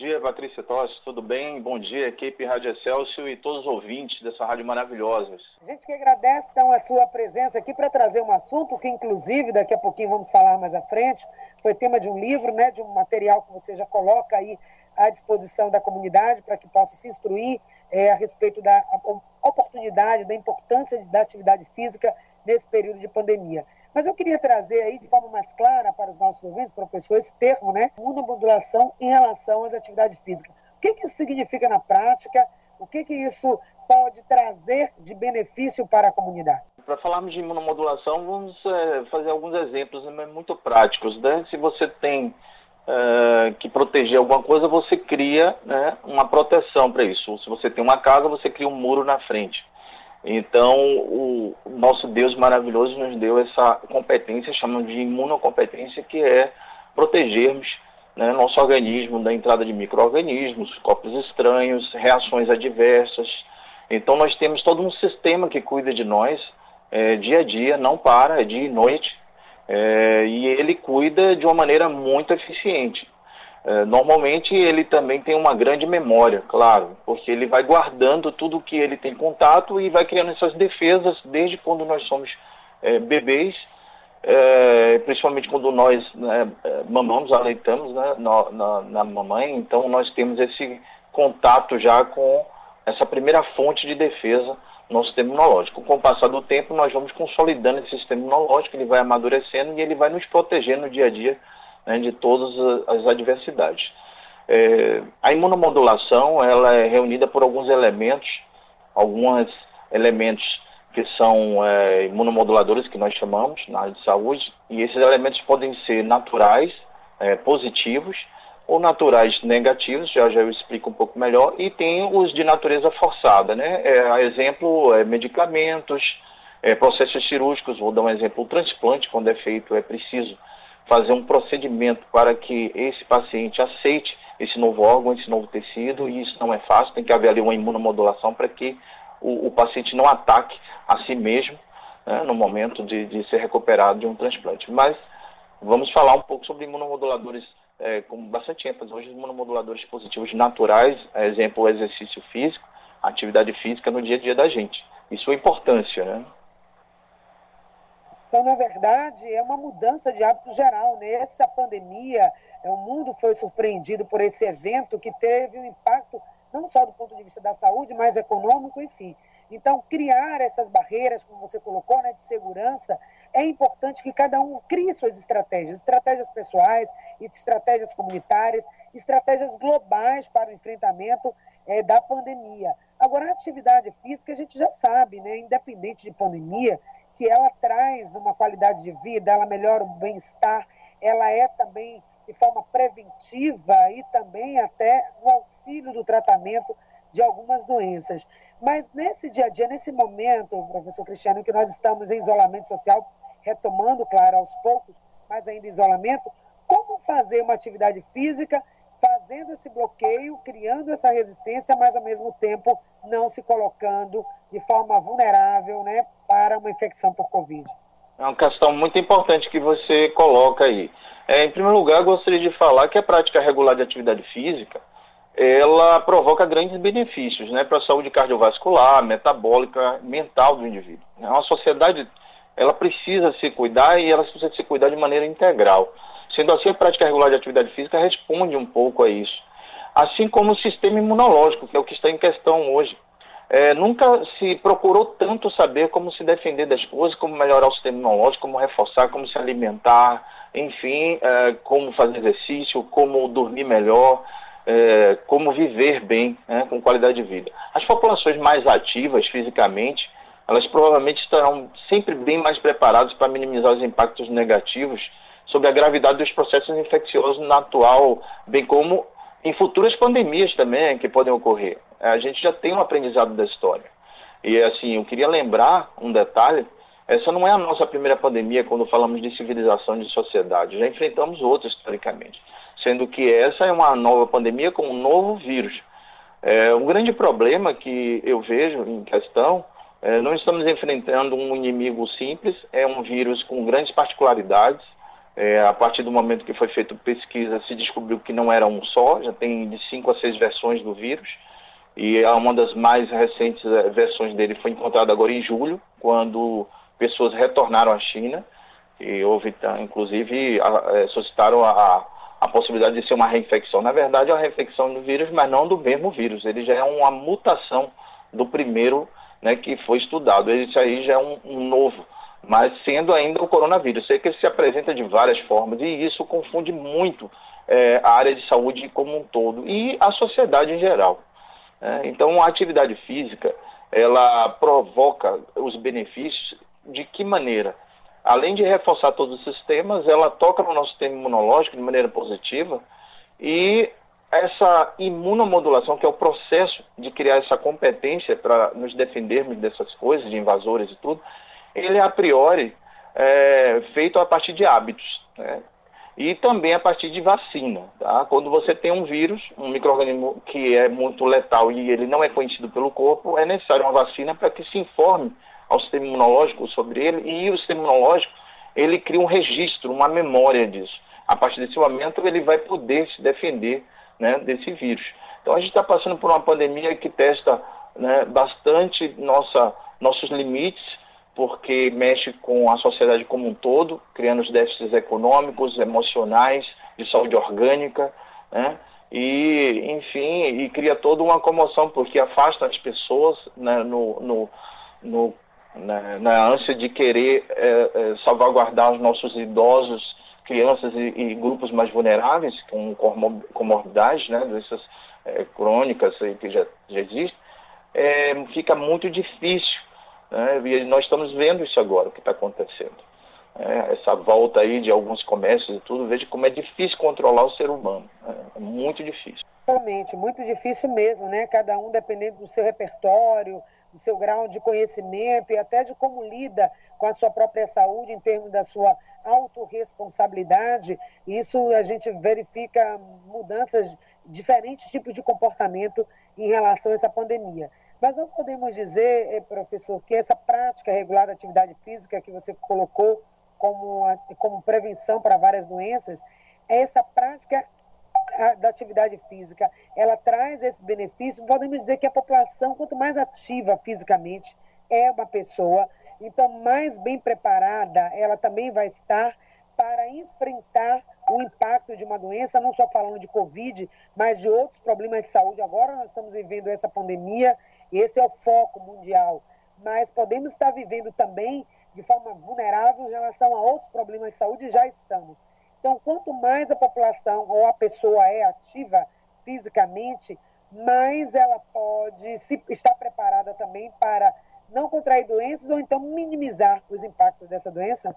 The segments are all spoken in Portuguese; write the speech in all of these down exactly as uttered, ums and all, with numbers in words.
dia, Patrícia Tossi, tudo bem? Bom dia, equipe Rádio Excelsior e todos os ouvintes dessa rádio maravilhosa. A gente que agradece, então, a sua presença aqui para trazer um assunto que, inclusive, daqui a pouquinho vamos falar mais à frente, foi tema de um livro, né, de um material que você já coloca aí à disposição da comunidade para que possa se instruir é, a respeito da oportunidade, da importância da atividade física nesse período de pandemia. Mas eu queria trazer aí de forma mais clara para os nossos ouvintes, professor, esse termo, né, imunomodulação em relação às atividades físicas. O que, que isso significa na prática? O que, que isso pode trazer de benefício para a comunidade? Para falarmos de imunomodulação, vamos é, fazer alguns exemplos né, muito práticos. Né? Se você tem é, que proteger alguma coisa, você cria né, uma proteção para isso. Se você tem uma casa, você cria um muro na frente. Então, o nosso Deus maravilhoso nos deu essa competência, chamamos de imunocompetência, que é protegermos né, nosso organismo da entrada de micro-organismos, corpos estranhos, reações adversas. Então, nós temos todo um sistema que cuida de nós é, dia a dia, não para, é dia e noite, é, e ele cuida de uma maneira muito eficiente. É, normalmente ele também tem uma grande memória, claro, porque ele vai guardando tudo que ele tem contato e vai criando essas defesas desde quando nós somos é, bebês, é, principalmente quando nós né, mamamos, aleitamos né, na, na, na mamãe, então nós temos esse contato já com essa primeira fonte de defesa no sistema imunológico. Com o passar do tempo nós vamos consolidando esse sistema imunológico, ele vai amadurecendo e ele vai nos protegendo no dia a dia né, de todas as adversidades. É, a imunomodulação ela é reunida por alguns elementos, alguns elementos que são é, imunomoduladores, que nós chamamos na área de saúde, e esses elementos podem ser naturais, é, positivos, ou naturais negativos, já já eu explico um pouco melhor, e tem os de natureza forçada, né? É, exemplo, é, medicamentos, é, processos cirúrgicos, vou dar um exemplo, o transplante, quando é feito, é preciso fazer um procedimento para que esse paciente aceite esse novo órgão, esse novo tecido, e isso não é fácil, tem que haver ali uma imunomodulação para que o, o paciente não ataque a si mesmo né, no momento de, de ser recuperado de um transplante. Mas vamos falar um pouco sobre imunomoduladores é, com bastante ênfase hoje, imunomoduladores positivos naturais, exemplo, o exercício físico, a atividade física no dia a dia da gente. E sua importância, né? Então, na verdade, é uma mudança de hábito geral, né? Essa pandemia, o mundo foi surpreendido por esse evento que teve um impacto não só do ponto de vista da saúde, mas econômico, enfim. Então, criar essas barreiras, como você colocou, né, de segurança, é importante que cada um crie suas estratégias, estratégias pessoais, estratégias comunitárias, estratégias globais para o enfrentamento é, da pandemia. Agora, a atividade física, a gente já sabe, né, independente de pandemia, que ela traz uma qualidade de vida, ela melhora o bem-estar, ela é também de forma preventiva e também até no auxílio do tratamento de algumas doenças. Mas nesse dia a dia, nesse momento, professor Cristiano, que nós estamos em isolamento social, retomando, claro, aos poucos, mas ainda em isolamento, como fazer uma atividade física fazendo esse bloqueio, criando essa resistência, mas ao mesmo tempo não se colocando de forma vulnerável, né, para uma infecção por Covid? É uma questão muito importante que você coloca aí. É, em primeiro lugar, eu gostaria de falar que a prática regular de atividade física, ela provoca grandes benefícios, né, para a saúde cardiovascular, metabólica, mental do indivíduo. A sociedade, ela precisa se cuidar e ela precisa se cuidar de maneira integral. Sendo assim, a prática regular de atividade física responde um pouco a isso. Assim como o sistema imunológico, que é o que está em questão hoje. É, nunca se procurou tanto saber como se defender das coisas, como melhorar o sistema imunológico, como reforçar, como se alimentar, enfim, é, como fazer exercício, como dormir melhor, é, como viver bem, né, com qualidade de vida. As populações mais ativas fisicamente, elas provavelmente estarão sempre bem mais preparadas para minimizar os impactos negativos sobre a gravidade dos processos infecciosos na atual, bem como em futuras pandemias também que podem ocorrer. A gente já tem um aprendizado da história. E assim, eu queria lembrar um detalhe, essa não é a nossa primeira pandemia quando falamos de civilização e de sociedade. Já enfrentamos outras historicamente, sendo que essa é uma nova pandemia com um novo vírus. É, um grande problema que eu vejo em questão, é, não estamos enfrentando um inimigo simples, é um vírus com grandes particularidades, É, a partir do momento que foi feita pesquisa, se descobriu que não era um só, já tem de cinco a seis versões do vírus, e uma das mais recentes versões dele foi encontrada agora em julho, quando pessoas retornaram à China, e houve, inclusive, a, a, suscitaram a, a possibilidade de ser uma reinfecção. Na verdade, é uma reinfecção do vírus, mas não do mesmo vírus, ele já é uma mutação do primeiro, né, que foi estudado, esse aí já é um, um novo, mas sendo ainda o coronavírus. Sei que ele se apresenta de várias formas e isso confunde muito é, a área de saúde como um todo e a sociedade em geral. É, então, a atividade física, ela provoca os benefícios de que maneira? Além de reforçar todos os sistemas, ela toca no nosso sistema imunológico de maneira positiva e essa imunomodulação, que é o processo de criar essa competência para nos defendermos dessas coisas, de invasores e tudo, ele é a priori é, feito a partir de hábitos, né? E também a partir de vacina. Tá? Quando você tem um vírus, um micro-organismo que é muito letal e ele não é conhecido pelo corpo, é necessário uma vacina para que se informe ao sistema imunológico sobre ele, e o sistema imunológico ele cria um registro, uma memória disso. A partir desse momento ele vai poder se defender, né, desse vírus. Então a gente está passando por uma pandemia que testa, né, bastante nossa, nossos limites, porque mexe com a sociedade como um todo, criando os déficits econômicos, emocionais, de saúde orgânica, né? E, enfim, e cria toda uma comoção, porque afasta as pessoas, né, no, no, no, na, na ânsia de querer é, é, salvaguardar os nossos idosos, crianças e, e grupos mais vulneráveis, com comorbidades, né, doenças é, crônicas que já, já existem, é, fica muito difícil. É, e nós estamos vendo isso agora, o que está acontecendo. É, essa volta aí de alguns comércios e tudo, veja como é difícil controlar o ser humano. É, é muito difícil. Realmente, muito difícil mesmo, né? Cada um dependendo do seu repertório, do seu grau de conhecimento e até de como lida com a sua própria saúde em termos da sua autorresponsabilidade. Isso a gente verifica mudanças, diferentes tipos de comportamento em relação a essa pandemia. Mas nós podemos dizer, professor, que essa prática regular da atividade física que você colocou como, como prevenção para várias doenças, essa prática da atividade física, ela traz esse benefício. Podemos dizer que a população, quanto mais ativa fisicamente é uma pessoa, então mais bem preparada ela também vai estar para enfrentar o impacto de uma doença, não só falando de Covid, mas de outros problemas de saúde. Agora nós estamos vivendo essa pandemia, e esse é o foco mundial, mas podemos estar vivendo também de forma vulnerável em relação a outros problemas de saúde, e já estamos. Então, quanto mais a população ou a pessoa é ativa fisicamente, mais ela pode se, estar preparada também para não contrair doenças ou então minimizar os impactos dessa doença?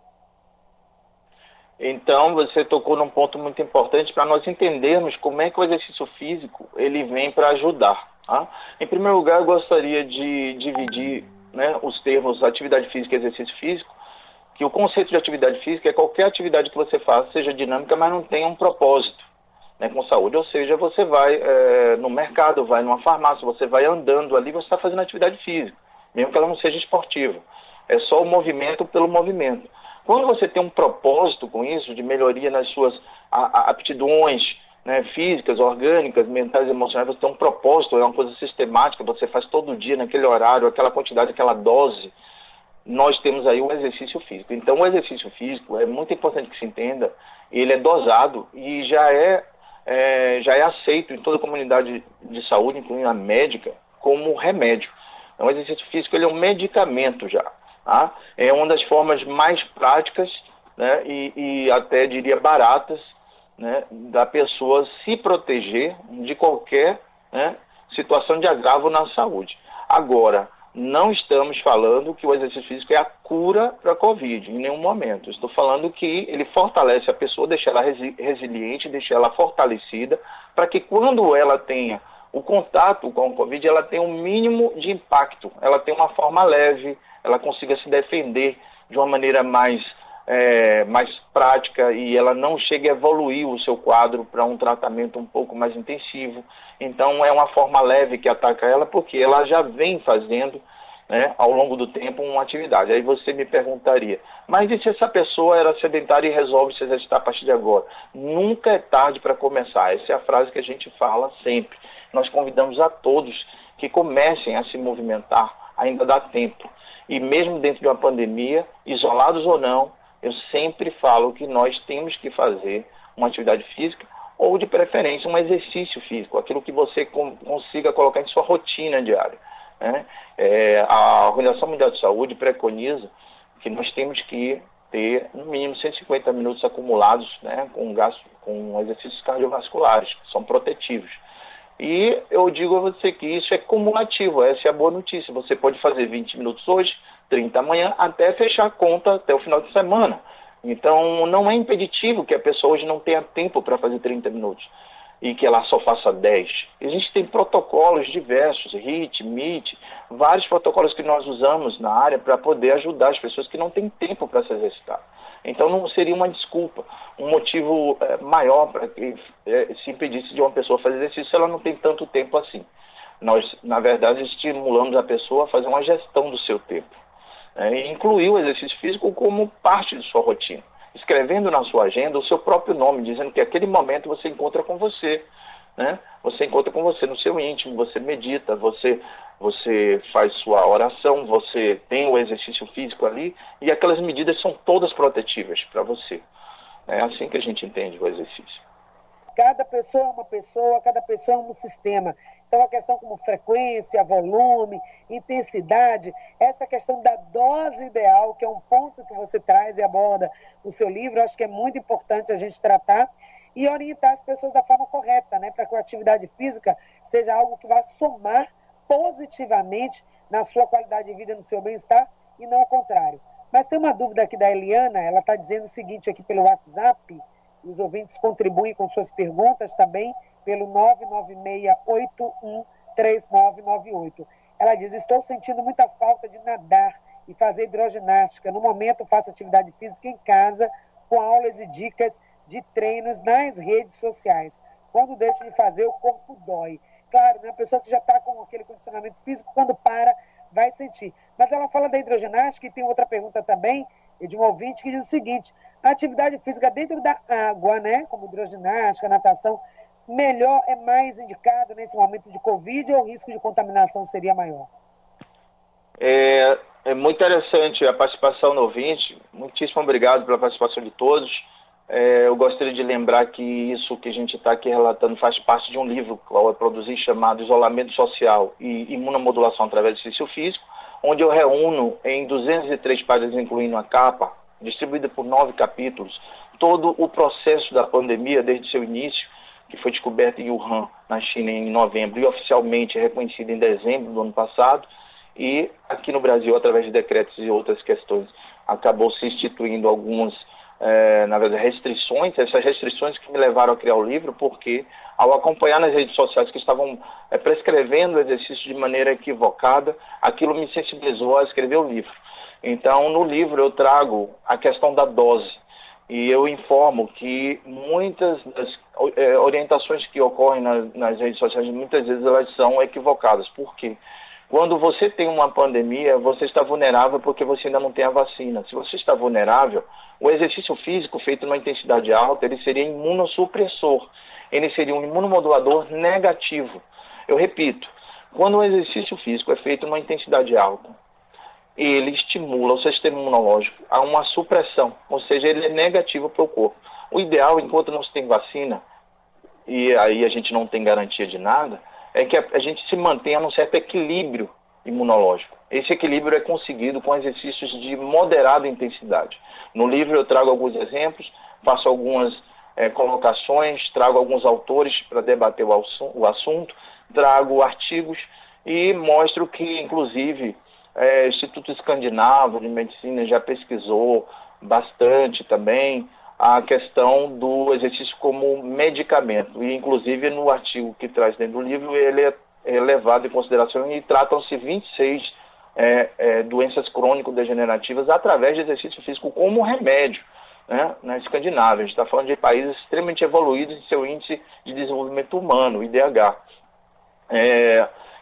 Então, você tocou num ponto muito importante para nós entendermos como é que o exercício físico ele vem para ajudar. Tá? Em primeiro lugar, eu gostaria de dividir, né, os termos atividade física e exercício físico, que o conceito de atividade física é qualquer atividade que você faça, seja dinâmica, mas não tenha um propósito, né, com saúde. Ou seja, você vai é, no mercado, vai numa farmácia, você vai andando ali, você está fazendo atividade física, mesmo que ela não seja esportiva. É só o movimento pelo movimento. Quando você tem um propósito com isso, de melhoria nas suas aptidões, né, físicas, orgânicas, mentais, emocionais, você tem um propósito, é uma coisa sistemática, você faz todo dia, naquele horário, aquela quantidade, aquela dose, nós temos aí o exercício físico. Então, o exercício físico é muito importante que se entenda, ele é dosado e já é, é, já é aceito em toda a comunidade de saúde, incluindo a médica, como remédio. Então, o exercício físico ele é um medicamento já. Tá? É uma das formas mais práticas, né, e, e até diria baratas, né, da pessoa se proteger de qualquer, né, situação de agravo na saúde. Agora, não estamos falando que o exercício físico é a cura para a Covid, em nenhum momento. Estou falando que ele fortalece a pessoa, deixa ela resi- resiliente, deixa ela fortalecida, para que quando ela tenha o contato com a Covid, ela tenha um mínimo de impacto, ela tenha uma forma leve, ela consiga se defender de uma maneira mais, é, mais prática e ela não chegue a evoluir o seu quadro para um tratamento um pouco mais intensivo. Então, é uma forma leve que ataca ela, porque ela já vem fazendo né, ao longo do tempo uma atividade. Aí você me perguntaria, mas e se essa pessoa era sedentária e resolve se exercitar a partir de agora? Nunca é tarde para começar. Essa é a frase que a gente fala sempre. Nós convidamos a todos que comecem a se movimentar, ainda dá tempo. E mesmo dentro de uma pandemia, isolados ou não, eu sempre falo que nós temos que fazer uma atividade física ou, de preferência, um exercício físico, aquilo que você consiga colocar em sua rotina diária, né? É, a Organização Mundial de Saúde preconiza que nós temos que ter, no mínimo, cento e cinquenta minutos acumulados, né, com, gasto, com exercícios cardiovasculares, que são protetivos. E eu digo a você que isso é cumulativo, essa é a boa notícia. Você pode fazer vinte minutos hoje, trinta amanhã, até fechar a conta até o final de semana. Então, não é impeditivo que a pessoa hoje não tenha tempo para fazer trinta minutos e que ela só faça dez. Existem protocolos diversos, R I T, M I T, vários protocolos que nós usamos na área para poder ajudar as pessoas que não têm tempo para se exercitar. Então, não seria uma desculpa, um motivo é, maior para que é, se impedisse de uma pessoa fazer exercício se ela não tem tanto tempo assim. Nós, na verdade, estimulamos a pessoa a fazer uma gestão do seu tempo, né, e incluir o exercício físico como parte de sua rotina, escrevendo na sua agenda o seu próprio nome, dizendo que aquele momento você encontra com você, né? Você encontra com você no seu íntimo, você medita, você, você faz sua oração, você tem o exercício físico ali, e aquelas medidas são todas protetivas para você. É assim que a gente entende o exercício. Cada pessoa é uma pessoa, cada pessoa é um sistema. Então, a questão como frequência, volume, intensidade, essa questão da dose ideal, que é um ponto que você traz e aborda no seu livro, eu acho que é muito importante a gente tratar e orientar as pessoas da forma correta, né, para que a atividade física seja algo que vá somar positivamente na sua qualidade de vida, no seu bem-estar, e não o contrário. Mas tem uma dúvida aqui da Eliana, ela está dizendo o seguinte aqui pelo WhatsApp, os ouvintes contribuem com suas perguntas também pelo nove nove seis oito um três nove nove oito. Ela diz, estou sentindo muita falta de nadar e fazer hidroginástica. No momento faço atividade física em casa, com aulas e dicas de treinos nas redes sociais. Quando deixo de fazer, o corpo dói. Claro, né, a pessoa que já está com aquele condicionamento físico, quando para, vai sentir. Mas ela fala da hidroginástica e tem outra pergunta também, de um ouvinte que diz o seguinte, a atividade física dentro da água, né, como hidroginástica, natação, melhor, é mais indicado nesse momento de Covid ou o risco de contaminação seria maior? É, é muito interessante a participação do ouvinte, muitíssimo obrigado pela participação de todos. É, eu gostaria de lembrar que isso que a gente está aqui relatando faz parte de um livro que eu produzi chamado Isolamento Social e Imunomodulação através do Exercício Físico, onde eu reúno em duzentas e três páginas, incluindo a capa, distribuída por nove capítulos, todo o processo da pandemia desde seu início, que foi descoberto em Wuhan, na China, em novembro, e oficialmente reconhecido em dezembro do ano passado, e aqui no Brasil, através de decretos e outras questões, acabou se instituindo algumas, é, na verdade, restrições, essas restrições que me levaram a criar o livro, porque ao acompanhar nas redes sociais que estavam é, prescrevendo o exercício de maneira equivocada, aquilo me sensibilizou a escrever o livro. Então, no livro eu trago a questão da dose e eu informo que muitas das é, orientações que ocorrem nas, nas redes sociais, muitas vezes elas são equivocadas. Por quê? Quando você tem uma pandemia, você está vulnerável porque você ainda não tem a vacina. Se você está vulnerável, o exercício físico feito numa intensidade alta, ele seria imunossupressor. Ele seria um imunomodulador negativo. Eu repito, quando o exercício físico é feito numa intensidade alta, ele estimula o sistema imunológico a uma supressão, ou seja, ele é negativo para o corpo. O ideal, enquanto não se tem vacina, e aí a gente não tem garantia de nada, é que a, a gente se mantenha num certo equilíbrio imunológico. Esse equilíbrio é conseguido com exercícios de moderada intensidade. No livro eu trago alguns exemplos, faço algumas É, colocações, trago alguns autores para debater o, o assunto, trago artigos e mostro que, inclusive, é, o Instituto Escandinavo de Medicina já pesquisou bastante também a questão do exercício como medicamento. E, inclusive, no artigo que traz dentro do livro, ele é, é levado em consideração e tratam-se vinte e seis é, é, doenças crônico-degenerativas através de exercício físico como remédio. Né, na Escandinávia, a gente está falando de países extremamente evoluídos em seu índice de desenvolvimento humano, I D H. É,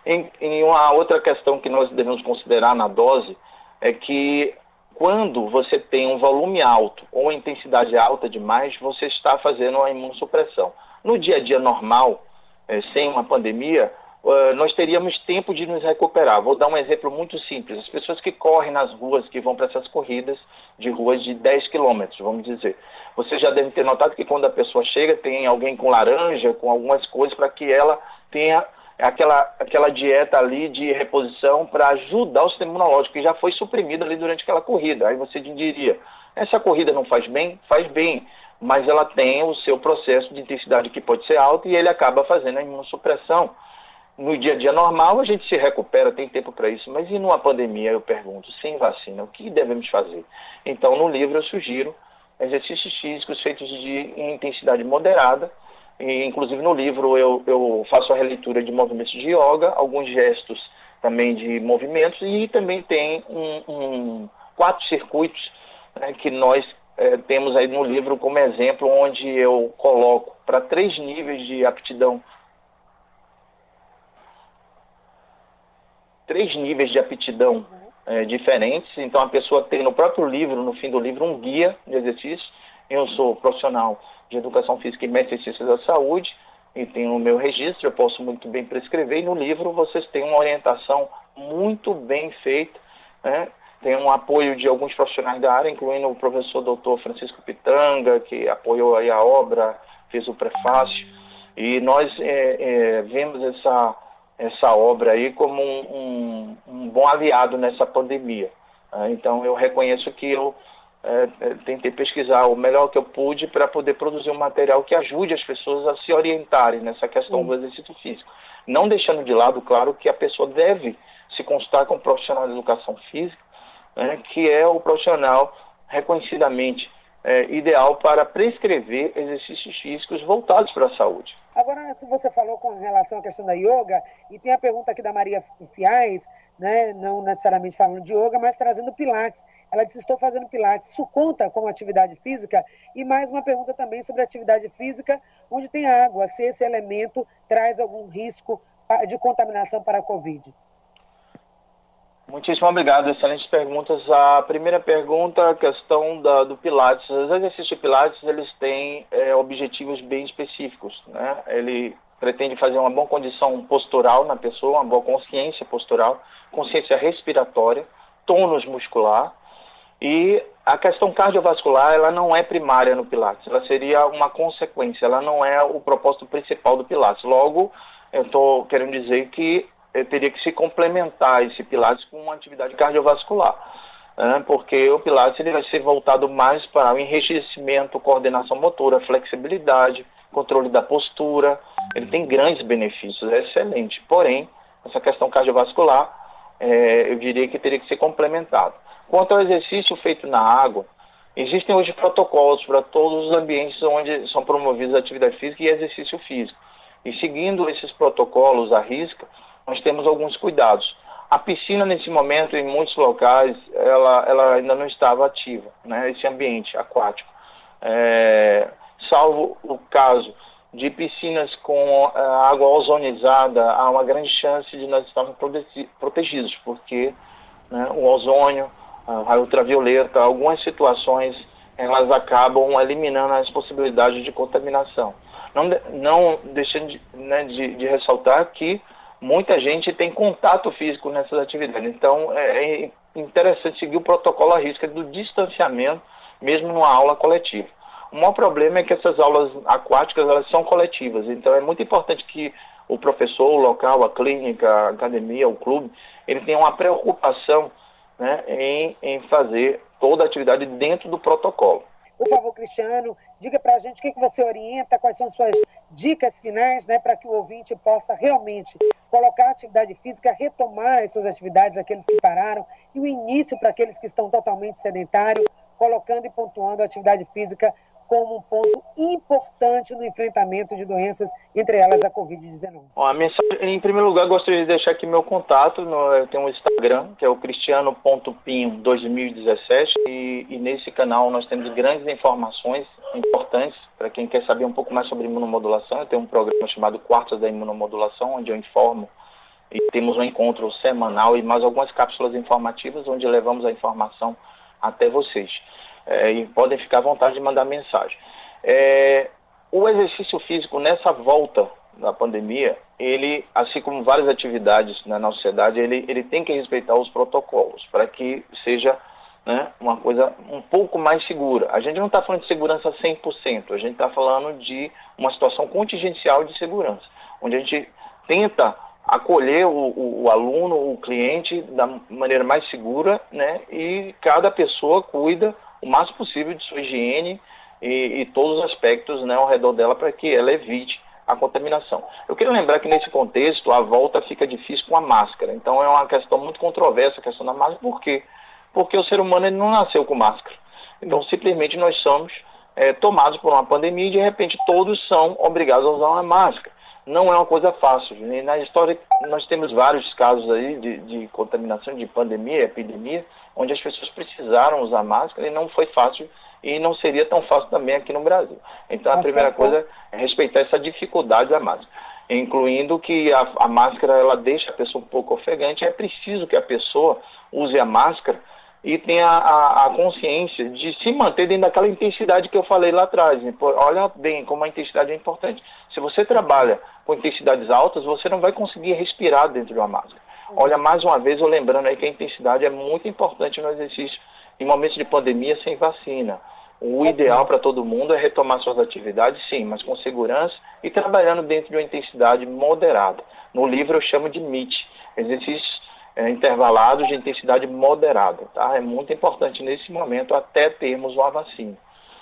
Em, em uma outra questão que nós devemos considerar na dose é que quando você tem um volume alto ou intensidade alta demais, você está fazendo uma imunossupressão. No dia a dia normal, é, sem uma pandemia, uh, nós teríamos tempo de nos recuperar. Vou dar um exemplo muito simples. As pessoas que correm nas ruas, que vão para essas corridas de ruas de dez quilômetros, vamos dizer. Você já deve ter notado que quando a pessoa chega, tem alguém com laranja, com algumas coisas, para que ela tenha aquela, aquela dieta ali de reposição para ajudar o sistema imunológico, que já foi suprimido ali durante aquela corrida. Aí você diria, essa corrida não faz bem? Faz bem, mas ela tem o seu processo de intensidade que pode ser alto e ele acaba fazendo a imunossupressão. No dia a dia normal a gente se recupera, tem tempo para isso, mas e numa pandemia, eu pergunto, sem vacina, o que devemos fazer? Então no livro eu sugiro exercícios físicos feitos de intensidade moderada, e, inclusive no livro eu, eu faço a releitura de movimentos de yoga, alguns gestos também de movimentos, e também tem um, um, quatro circuitos, né, que nós é, temos aí no livro como exemplo, onde eu coloco para três níveis de aptidão, três níveis de aptidão é, diferentes. Então a pessoa tem no próprio livro, no fim do livro, um guia de exercícios. Eu sou profissional de educação física e mestre em ciências da saúde e tenho o meu registro, eu posso muito bem prescrever, e no livro vocês têm uma orientação muito bem feita, né? Tem um apoio de alguns profissionais da área, incluindo o professor doutor Francisco Pitanga, que apoiou aí a obra, fez o prefácio, e nós é, é, vemos essa, essa obra aí como um, um, um bom aliado nessa pandemia. Né? Então eu reconheço que eu É, tentei pesquisar o melhor que eu pude para poder produzir um material que ajude as pessoas a se orientarem nessa questão Sim. do exercício físico. Não deixando de lado, claro, que a pessoa deve se consultar com um profissional de educação física, né, que é o profissional reconhecidamente é, ideal para prescrever exercícios físicos voltados para a saúde. Agora, se você falou com relação à questão da yoga, e tem a pergunta aqui da Maria Fiais, né, não necessariamente falando de yoga, mas trazendo pilates. Ela disse, estou fazendo pilates, isso conta como atividade física? E mais uma pergunta também sobre atividade física, onde tem água, se esse elemento traz algum risco de contaminação para a Covid. Muitíssimo obrigado, excelentes perguntas. A primeira pergunta, a questão da, do Pilates. Os exercícios de Pilates, eles têm é, objetivos bem específicos, né? Ele pretende fazer uma boa condição postural na pessoa, uma boa consciência postural, consciência respiratória, tônus muscular, e a questão cardiovascular, ela não é primária no Pilates, ela seria uma consequência, ela não é o propósito principal do Pilates. Logo, eu estou querendo dizer que eu teria que se complementar esse Pilates com uma atividade cardiovascular, né? Porque o Pilates ele vai ser voltado mais para o enrijecimento, coordenação motora, flexibilidade, controle da postura. Ele tem grandes benefícios, é excelente. Porém, essa questão cardiovascular, é, eu diria que teria que ser complementado. Quanto ao exercício feito na água, existem hoje protocolos para todos os ambientes onde são promovidas a atividade física e exercício físico. E seguindo esses protocolos à risca, nós temos alguns cuidados. A piscina, nesse momento, em muitos locais, ela, ela ainda não estava ativa, né, esse ambiente aquático. É, salvo o caso de piscinas com uh, água ozonizada, há uma grande chance de nós estarmos protegidos, porque, né, o ozônio, a ultravioleta, algumas situações, elas acabam eliminando as possibilidades de contaminação. Não, não deixando de, né, de, de ressaltar que muita gente tem contato físico nessas atividades. Então, é interessante seguir o protocolo à risca do distanciamento, mesmo numa aula coletiva. O maior problema é que essas aulas aquáticas, elas são coletivas. Então, é muito importante que o professor, o local, a clínica, a academia, o clube, ele tenha uma preocupação, né, em, em fazer toda a atividade dentro do protocolo. Por favor, Cristiano, diga para a gente o que, que você orienta, quais são as suas dicas finais, né, para que o ouvinte possa realmente colocar a atividade física, retomar as suas atividades, aqueles que pararam, e o início para aqueles que estão totalmente sedentários, colocando e pontuando a atividade física como um ponto importante no enfrentamento de doenças, entre elas a covid dezenove. Bom, a mensagem, em primeiro lugar, gostaria de deixar aqui meu contato. No, eu tenho um Instagram, que é o cristiano ponto pinho dois mil e dezessete, e, e nesse canal nós temos grandes informações importantes para quem quer saber um pouco mais sobre imunomodulação. Eu tenho um programa chamado Quartos da Imunomodulação, onde eu informo e temos um encontro semanal e mais algumas cápsulas informativas onde levamos a informação até vocês. É, e podem ficar à vontade de mandar mensagem. É, o exercício físico nessa volta da pandemia, ele, assim como várias atividades na nossa sociedade, ele, ele tem que respeitar os protocolos para que seja, né, uma coisa um pouco mais segura. A gente não está falando de segurança cem por cento, a gente está falando de uma situação contingencial de segurança, onde a gente tenta acolher o, o, o aluno, o cliente, da maneira mais segura, né, e cada pessoa cuida o máximo possível de sua higiene e, e todos os aspectos, né, ao redor dela para que ela evite a contaminação. Eu queria lembrar que nesse contexto a volta fica difícil com a máscara, então é uma questão muito controversa a questão da máscara. Por quê? Porque o ser humano ele não nasceu com máscara. Então simplesmente nós somos é, tomados por uma pandemia e de repente todos são obrigados a usar uma máscara. Não é uma coisa fácil. E na história nós temos vários casos aí de, de contaminação, de pandemia, epidemia, onde as pessoas precisaram usar máscara e não foi fácil e não seria tão fácil também aqui no Brasil. Então a primeira coisa é respeitar essa dificuldade da máscara, incluindo que a, a máscara ela deixa a pessoa um pouco ofegante. É preciso que a pessoa use a máscara e tenha a, a consciência de se manter dentro daquela intensidade que eu falei lá atrás. Olha bem como a intensidade é importante. Se você trabalha com intensidades altas, você não vai conseguir respirar dentro de uma máscara. Olha, mais uma vez, eu lembrando aí que a intensidade é muito importante no exercício em momentos de pandemia sem vacina. O ideal para todo mundo é retomar suas atividades, sim, mas com segurança e trabalhando dentro de uma intensidade moderada. No livro eu chamo de M I T, exercícios é, intervalados de intensidade moderada. Tá? É muito importante nesse momento até termos uma vacina.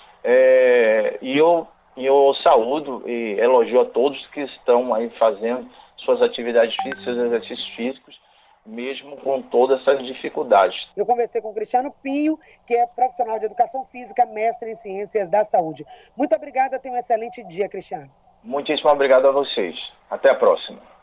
É, e eu, eu saúdo e elogio a todos que estão aí fazendo suas atividades físicas, seus exercícios físicos, mesmo com todas essas dificuldades. Eu conversei com o Cristiano Pinho, que é profissional de educação física, mestre em ciências da saúde. Muito obrigada, tenha um excelente dia, Cristiano. Muitíssimo obrigado a vocês. Até a próxima.